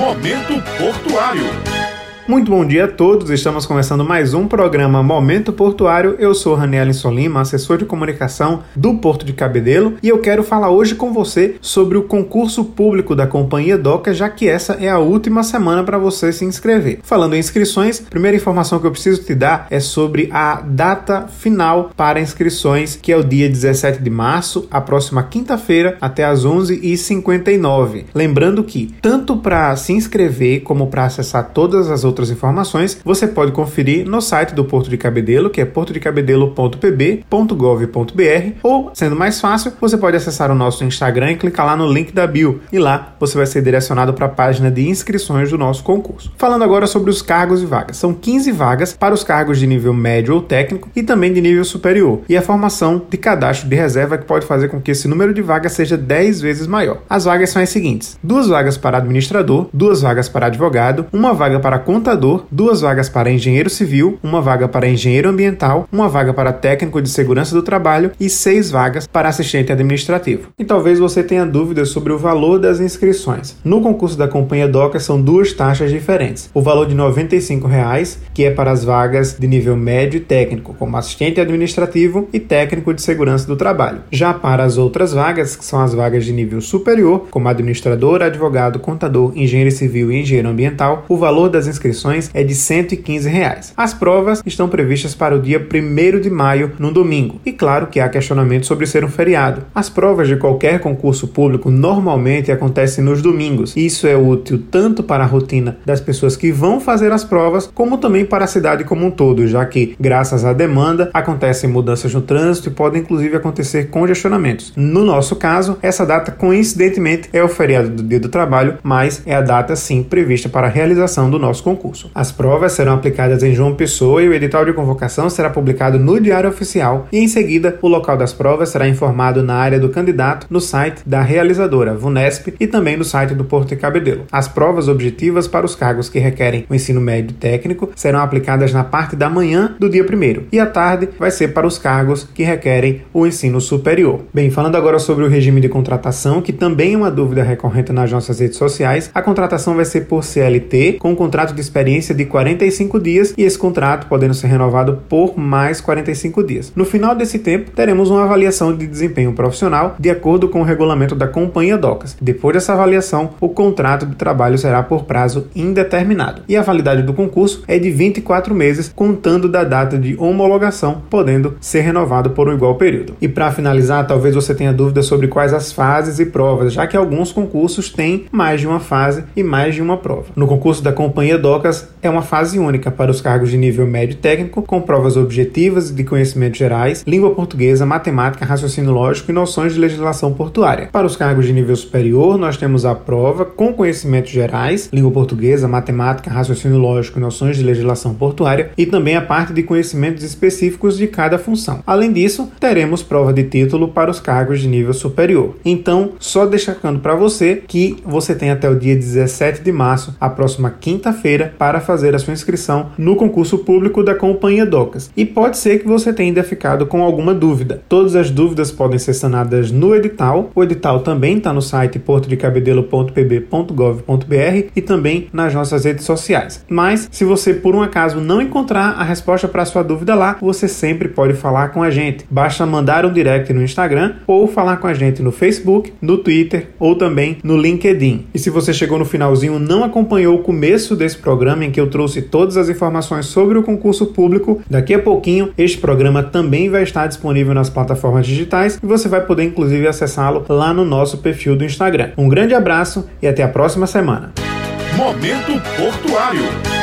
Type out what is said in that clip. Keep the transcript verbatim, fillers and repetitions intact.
Momento Portuário. Muito bom dia a todos, estamos começando mais um programa Momento Portuário. Eu sou Raniel Solima, assessor de comunicação do Porto de Cabedelo, e eu quero falar hoje com você sobre o concurso público da Companhia Docas, já que essa é a última semana para você se inscrever. Falando em inscrições, a primeira informação que eu preciso te dar é sobre a data final para inscrições, que é o dia dezessete de março, a próxima quinta-feira, até às onze e cinquenta e nove. Lembrando que, tanto para se inscrever como para acessar todas as outras informações, você pode conferir no site do Porto de Cabedelo, que é porto de cabedelo ponto p b ponto gov ponto b r, ou, sendo mais fácil, você pode acessar o nosso Instagram e clicar lá no link da bio, e lá você vai ser direcionado para a página de inscrições do nosso concurso. Falando agora sobre os cargos e vagas. São quinze vagas para os cargos de nível médio ou técnico e também de nível superior, e a formação de cadastro de reserva que pode fazer com que esse número de vagas seja dez vezes maior. As vagas são as seguintes: duas vagas para administrador, duas vagas para advogado, uma vaga para contador, duas vagas para engenheiro civil, uma vaga para engenheiro ambiental, uma vaga para técnico de segurança do trabalho e seis vagas para assistente administrativo. E talvez você tenha dúvidas sobre o valor das inscrições. No concurso da Companhia Docas são duas taxas diferentes. O valor de noventa e cinco reais, que é para as vagas de nível médio e técnico, como assistente administrativo e técnico de segurança do trabalho. Já para as outras vagas, que são as vagas de nível superior, como administrador, advogado, contador, engenheiro civil e engenheiro ambiental, o valor das inscrições é de cento e quinze reais. As provas estão previstas para o dia primeiro de maio, no domingo. E claro que há questionamento sobre ser um feriado. As provas de qualquer concurso público normalmente acontecem nos domingos. E isso é útil tanto para a rotina das pessoas que vão fazer as provas, como também para a cidade como um todo, já que, graças à demanda, acontecem mudanças no trânsito e podem inclusive acontecer congestionamentos. No nosso caso, essa data coincidentemente é o feriado do Dia do Trabalho, mas é a data sim prevista para a realização do nosso concurso. As provas serão aplicadas em João Pessoa e o edital de convocação será publicado no Diário Oficial, e em seguida o local das provas será informado na área do candidato no site da realizadora, VUNESP, e também no site do Porto de Cabedelo. As provas objetivas para os cargos que requerem o ensino médio técnico serão aplicadas na parte da manhã do dia primeiro, e à tarde vai ser para os cargos que requerem o ensino superior. Bem, falando agora sobre o regime de contratação, que também é uma dúvida recorrente nas nossas redes sociais, a contratação vai ser por C L T, com um contrato de experiência de quarenta e cinco dias, e esse contrato podendo ser renovado por mais quarenta e cinco dias. No final desse tempo, teremos uma avaliação de desempenho profissional de acordo com o regulamento da Companhia Docas. Depois dessa avaliação, o contrato de trabalho será por prazo indeterminado. E a validade do concurso é de vinte e quatro meses, contando da data de homologação, podendo ser renovado por um igual período. E para finalizar, talvez você tenha dúvidas sobre quais as fases e provas, já que alguns concursos têm mais de uma fase e mais de uma prova. No concurso da Companhia Docas, é uma fase única para os cargos de nível médio técnico, com provas objetivas de conhecimentos gerais, língua portuguesa, matemática, raciocínio lógico e noções de legislação portuária. Para os cargos de nível superior, nós temos a prova com conhecimentos gerais, língua portuguesa, matemática, raciocínio lógico e noções de legislação portuária, e também a parte de conhecimentos específicos de cada função. Além disso, teremos prova de título para os cargos de nível superior. Então, só destacando para você que você tem até o dia dezessete de março, a próxima quinta-feira, para fazer a sua inscrição no concurso público da Companhia Docas. E pode ser que você tenha ainda ficado com alguma dúvida. Todas as dúvidas podem ser sanadas no edital. O edital também está no site porto de cabedelo ponto p b ponto gov ponto b r e também nas nossas redes sociais. Mas, se você por um acaso não encontrar a resposta para a sua dúvida lá, você sempre pode falar com a gente. Basta mandar um direct no Instagram ou falar com a gente no Facebook, no Twitter ou também no LinkedIn. E se você chegou no finalzinho e não acompanhou o começo desse programa em que eu trouxe todas as informações sobre o concurso público, daqui a pouquinho este programa também vai estar disponível nas plataformas digitais e você vai poder inclusive acessá-lo lá no nosso perfil do Instagram. Um grande abraço e até a próxima semana. Momento Portuário.